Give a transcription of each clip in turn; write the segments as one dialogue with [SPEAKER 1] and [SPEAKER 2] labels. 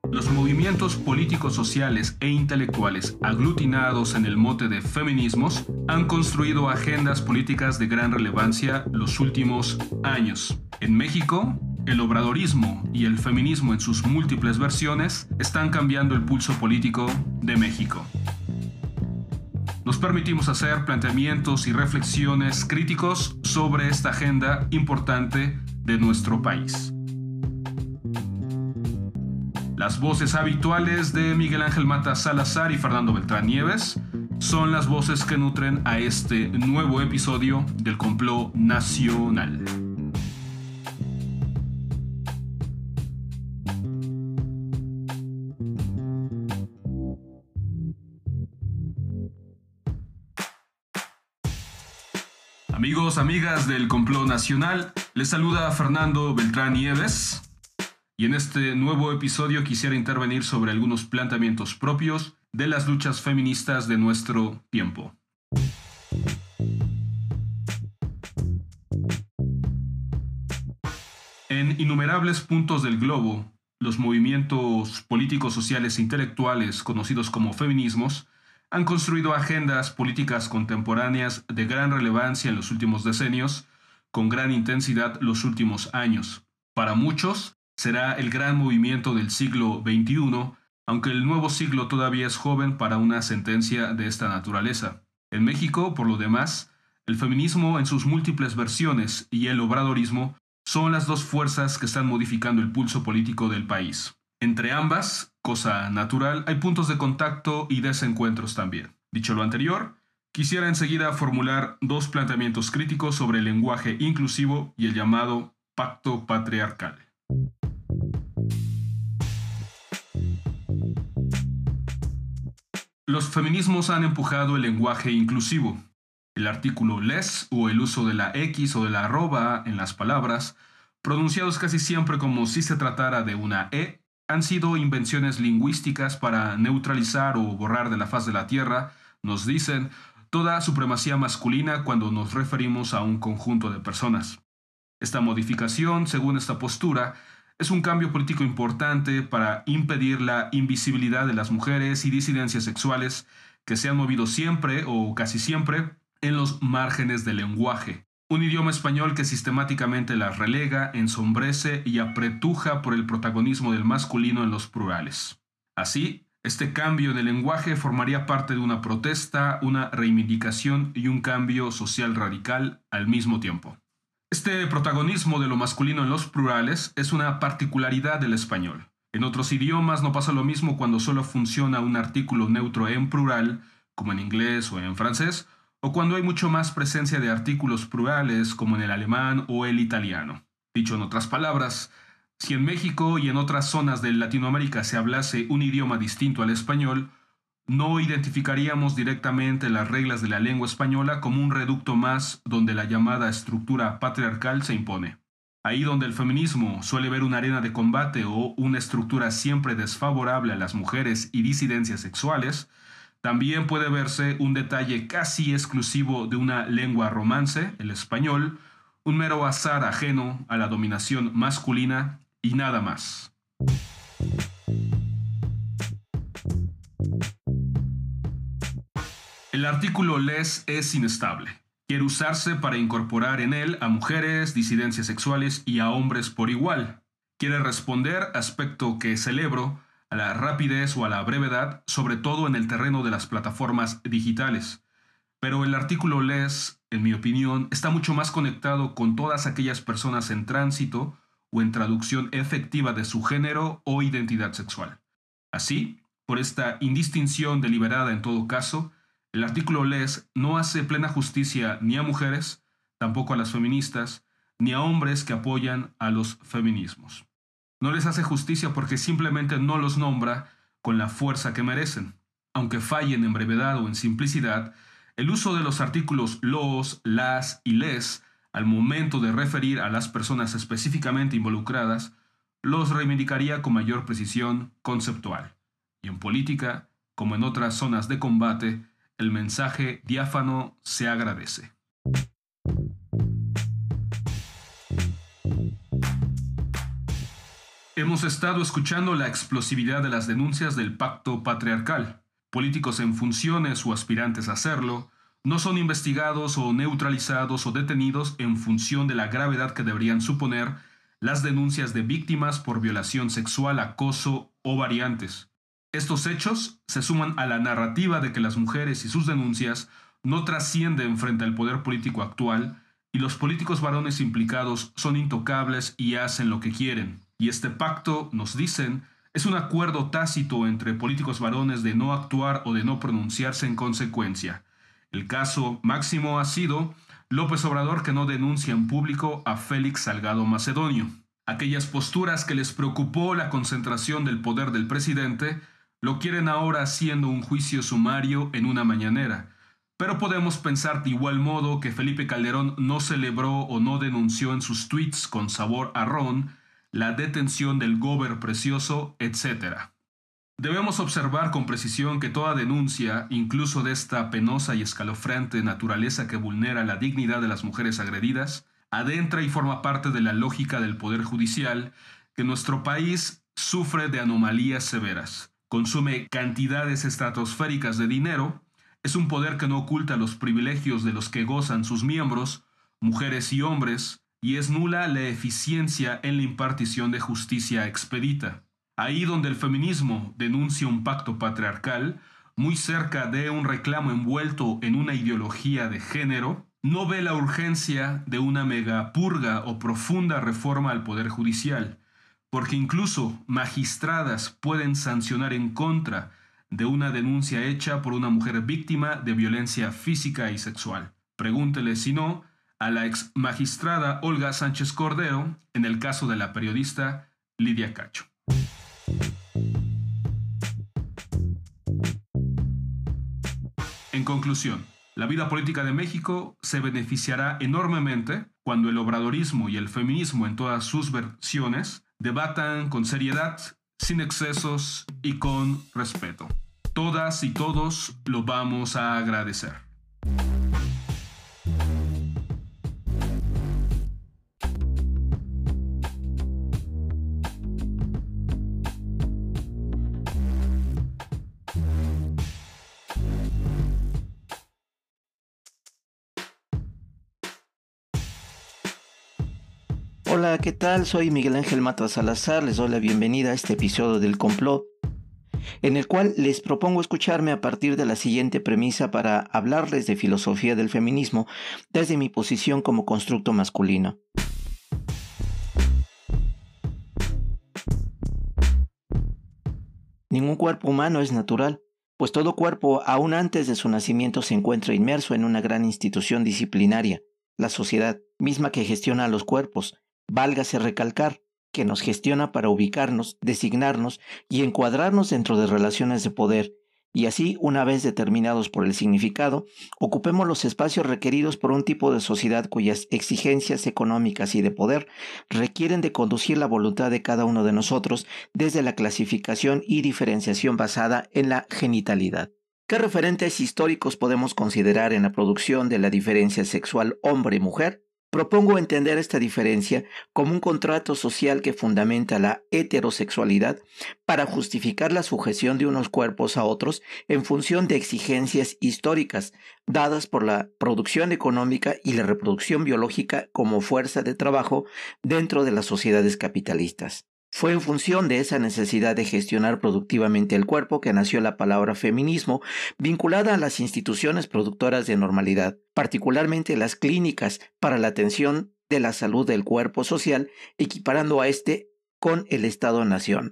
[SPEAKER 1] Los movimientos políticos, sociales e intelectuales aglutinados en el mote de feminismos han construido agendas políticas de gran relevancia los últimos años. En México, el obradorismo y el feminismo en sus múltiples versiones están cambiando el pulso político de México. Nos permitimos hacer planteamientos y reflexiones críticos sobre esta agenda importante de nuestro país. Las voces habituales de Miguel Ángel Mata Salazar y Fernando Beltrán Nieves son las voces que nutren a este nuevo episodio del Complot Nacional. Amigos, amigas del Complot Nacional, les saluda Fernando Beltrán Nieves. Y en este nuevo episodio quisiera intervenir sobre algunos planteamientos propios de las luchas feministas de nuestro tiempo. En innumerables puntos del globo, los movimientos políticos, sociales e intelectuales conocidos como feminismos han construido agendas políticas contemporáneas de gran relevancia en los últimos decenios, con gran intensidad los últimos años. Para muchos, será el gran movimiento del siglo XXI, aunque el nuevo siglo todavía es joven para una sentencia de esta naturaleza. En México, por lo demás, el feminismo en sus múltiples versiones y el obradorismo son las dos fuerzas que están modificando el pulso político del país. Entre ambas, cosa natural, hay puntos de contacto y desencuentros también. Dicho lo anterior, quisiera enseguida formular dos planteamientos críticos sobre el lenguaje inclusivo y el llamado pacto patriarcal. Los feminismos han empujado el lenguaje inclusivo. El artículo les o el uso de la X o de la arroba en las palabras, pronunciados casi siempre como si se tratara de una E, han sido invenciones lingüísticas para neutralizar o borrar de la faz de la tierra, nos dicen, toda supremacía masculina cuando nos referimos a un conjunto de personas. Esta modificación, según esta postura, es un cambio político importante para impedir la invisibilidad de las mujeres y disidencias sexuales que se han movido siempre o casi siempre en los márgenes del lenguaje. Un idioma español que sistemáticamente las relega, ensombrece y apretuja por el protagonismo del masculino en los plurales. Así, este cambio en el lenguaje formaría parte de una protesta, una reivindicación y un cambio social radical al mismo tiempo. Este protagonismo de lo masculino en los plurales es una particularidad del español. En otros idiomas no pasa lo mismo cuando solo funciona un artículo neutro en plural, como en inglés o en francés, o cuando hay mucho más presencia de artículos plurales, como en el alemán o el italiano. Dicho en otras palabras, si en México y en otras zonas de Latinoamérica se hablase un idioma distinto al español, no identificaríamos directamente las reglas de la lengua española como un reducto más donde la llamada estructura patriarcal se impone. Ahí donde el feminismo suele ver una arena de combate o una estructura siempre desfavorable a las mujeres y disidencias sexuales, también puede verse un detalle casi exclusivo de una lengua romance, el español, un mero azar ajeno a la dominación masculina y nada más. El artículo les es inestable. Quiere usarse para incorporar en él a mujeres, disidencias sexuales y a hombres por igual. Quiere responder, aspecto que celebro, a la rapidez o a la brevedad, sobre todo en el terreno de las plataformas digitales. Pero el artículo les, en mi opinión, está mucho más conectado con todas aquellas personas en tránsito o en traducción efectiva de su género o identidad sexual. Así, por esta indistinción deliberada en todo caso, el artículo les no hace plena justicia ni a mujeres, tampoco a las feministas, ni a hombres que apoyan a los feminismos. No les hace justicia porque simplemente no los nombra con la fuerza que merecen. Aunque fallen en brevedad o en simplicidad, el uso de los artículos los, las y les al momento de referir a las personas específicamente involucradas los reivindicaría con mayor precisión conceptual. Y en política, como en otras zonas de combate, el mensaje diáfano se agradece. Hemos estado escuchando la explosividad de las denuncias del pacto patriarcal. Políticos en funciones o aspirantes a serlo no son investigados o neutralizados o detenidos en función de la gravedad que deberían suponer las denuncias de víctimas por violación sexual, acoso o variantes. Estos hechos se suman a la narrativa de que las mujeres y sus denuncias no trascienden frente al poder político actual y los políticos varones implicados son intocables y hacen lo que quieren. Y este pacto, nos dicen, es un acuerdo tácito entre políticos varones de no actuar o de no pronunciarse en consecuencia. El caso máximo ha sido López Obrador, que no denuncia en público a Félix Salgado Macedonio. Aquellas posturas que les preocupó la concentración del poder del presidente lo quieren ahora haciendo un juicio sumario en una mañanera. Pero podemos pensar de igual modo que Felipe Calderón no celebró o no denunció en sus tweets con sabor a ron la detención del gober precioso, etc. Debemos observar con precisión que toda denuncia, incluso de esta penosa y escalofriante naturaleza que vulnera la dignidad de las mujeres agredidas, adentra y forma parte de la lógica del Poder Judicial, que nuestro país sufre de anomalías severas, consume cantidades estratosféricas de dinero, es un poder que no oculta los privilegios de los que gozan sus miembros, mujeres y hombres, y es nula la eficiencia en la impartición de justicia expedita. Ahí donde el feminismo denuncia un pacto patriarcal, muy cerca de un reclamo envuelto en una ideología de género, no ve la urgencia de una megapurga o profunda reforma al Poder Judicial, porque incluso magistradas pueden sancionar en contra de una denuncia hecha por una mujer víctima de violencia física y sexual. Pregúntele, si no, a la ex magistrada Olga Sánchez Cordero en el caso de la periodista Lidia Cacho. En conclusión, la vida política de México se beneficiará enormemente cuando el obradorismo y el feminismo en todas sus versiones debatan con seriedad, sin excesos y con respeto. Todas y todos lo vamos a agradecer.
[SPEAKER 2] Hola, ¿qué tal? Soy Miguel Ángel Mata Salazar, les doy la bienvenida a este episodio del Complot, en el cual les propongo escucharme a partir de la siguiente premisa para hablarles de filosofía del feminismo desde mi posición como constructo masculino. Ningún cuerpo humano es natural, pues todo cuerpo, aún antes de su nacimiento, se encuentra inmerso en una gran institución disciplinaria, la sociedad, misma que gestiona a los cuerpos. Válgase recalcar que nos gestiona para ubicarnos, designarnos y encuadrarnos dentro de relaciones de poder, y así, una vez determinados por el significado, ocupemos los espacios requeridos por un tipo de sociedad cuyas exigencias económicas y de poder requieren de conducir la voluntad de cada uno de nosotros desde la clasificación y diferenciación basada en la genitalidad. ¿Qué referentes históricos podemos considerar en la producción de la diferencia sexual hombre-mujer? Propongo entender esta diferencia como un contrato social que fundamenta la heterosexualidad para justificar la sujeción de unos cuerpos a otros en función de exigencias históricas dadas por la producción económica y la reproducción biológica como fuerza de trabajo dentro de las sociedades capitalistas. Fue en función de esa necesidad de gestionar productivamente el cuerpo que nació la palabra feminismo, vinculada a las instituciones productoras de normalidad, particularmente las clínicas para la atención de la salud del cuerpo social, equiparando a este con el Estado-nación.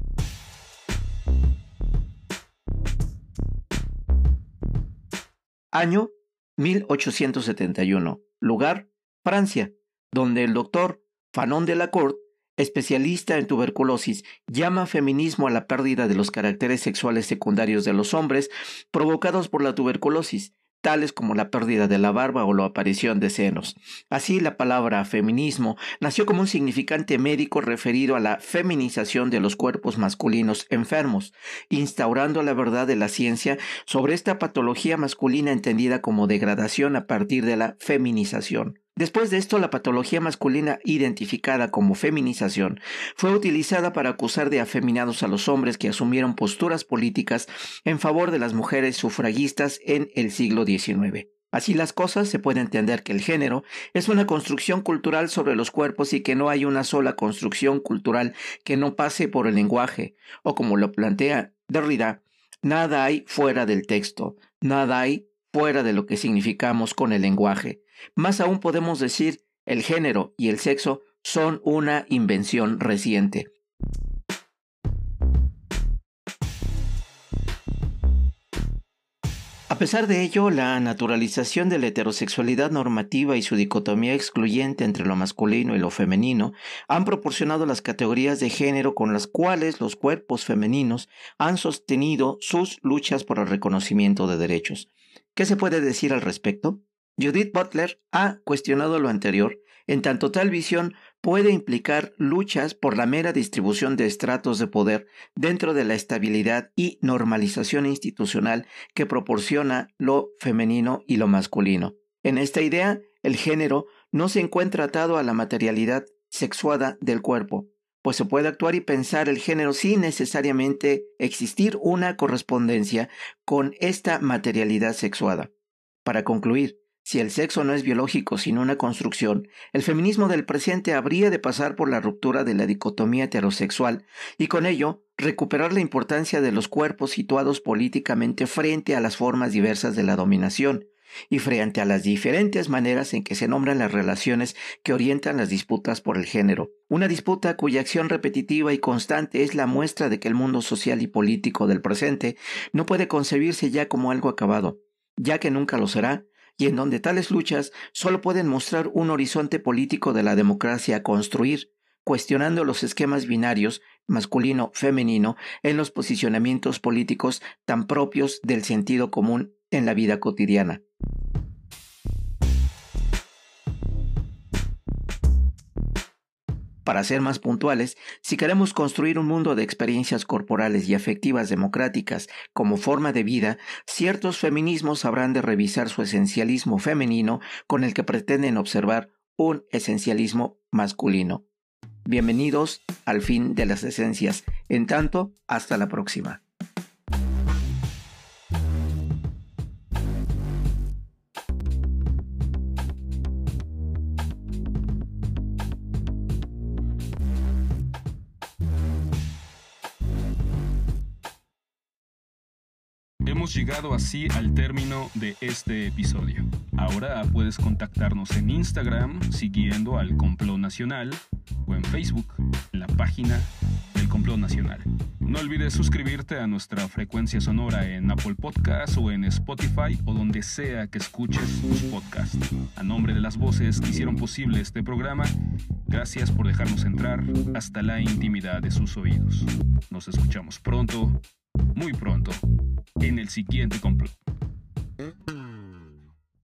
[SPEAKER 2] Año 1871. Lugar: Francia, donde el doctor Fanon de la Cour, especialista en tuberculosis, llama feminismo a la pérdida de los caracteres sexuales secundarios de los hombres provocados por la tuberculosis, tales como la pérdida de la barba o la aparición de senos. Así, la palabra feminismo nació como un significante médico referido a la feminización de los cuerpos masculinos enfermos, instaurando la verdad de la ciencia sobre esta patología masculina entendida como degradación a partir de la feminización. Después de esto, la patología masculina identificada como feminización fue utilizada para acusar de afeminados a los hombres que asumieron posturas políticas en favor de las mujeres sufragistas en el siglo XIX. Así las cosas, se puede entender que el género es una construcción cultural sobre los cuerpos y que no hay una sola construcción cultural que no pase por el lenguaje, o como lo plantea Derrida, nada hay fuera del texto, nada hay fuera de lo que significamos con el lenguaje. Más aún podemos decir, el género y el sexo son una invención reciente. A pesar de ello, la naturalización de la heterosexualidad normativa y su dicotomía excluyente entre lo masculino y lo femenino han proporcionado las categorías de género con las cuales los cuerpos femeninos han sostenido sus luchas por el reconocimiento de derechos. ¿Qué se puede decir al respecto? Judith Butler ha cuestionado lo anterior, en tanto tal visión puede implicar luchas por la mera distribución de estratos de poder dentro de la estabilidad y normalización institucional que proporciona lo femenino y lo masculino. En esta idea, el género no se encuentra atado a la materialidad sexuada del cuerpo, pues se puede actuar y pensar el género sin necesariamente existir una correspondencia con esta materialidad sexuada. Para concluir, si el sexo no es biológico sino una construcción, el feminismo del presente habría de pasar por la ruptura de la dicotomía heterosexual y con ello recuperar la importancia de los cuerpos situados políticamente frente a las formas diversas de la dominación y frente a las diferentes maneras en que se nombran las relaciones que orientan las disputas por el género. Una disputa cuya acción repetitiva y constante es la muestra de que el mundo social y político del presente no puede concebirse ya como algo acabado, ya que nunca lo será, y en donde tales luchas solo pueden mostrar un horizonte político de la democracia a construir, cuestionando los esquemas binarios masculino-femenino en los posicionamientos políticos tan propios del sentido común en la vida cotidiana. Para ser más puntuales, si queremos construir un mundo de experiencias corporales y afectivas democráticas como forma de vida, ciertos feminismos habrán de revisar su esencialismo femenino con el que pretenden observar un esencialismo masculino. Bienvenidos al fin de las esencias. En tanto, hasta la próxima.
[SPEAKER 1] Hemos llegado así al término de este episodio. Ahora puedes contactarnos en Instagram siguiendo al Complot Nacional o en Facebook, en la página del Complot Nacional. No olvides suscribirte a nuestra frecuencia sonora en Apple Podcasts o en Spotify o donde sea que escuches tus podcasts. A nombre de las voces que hicieron posible este programa, gracias por dejarnos entrar hasta la intimidad de sus oídos. Nos escuchamos pronto, muy pronto, en el siguiente complot.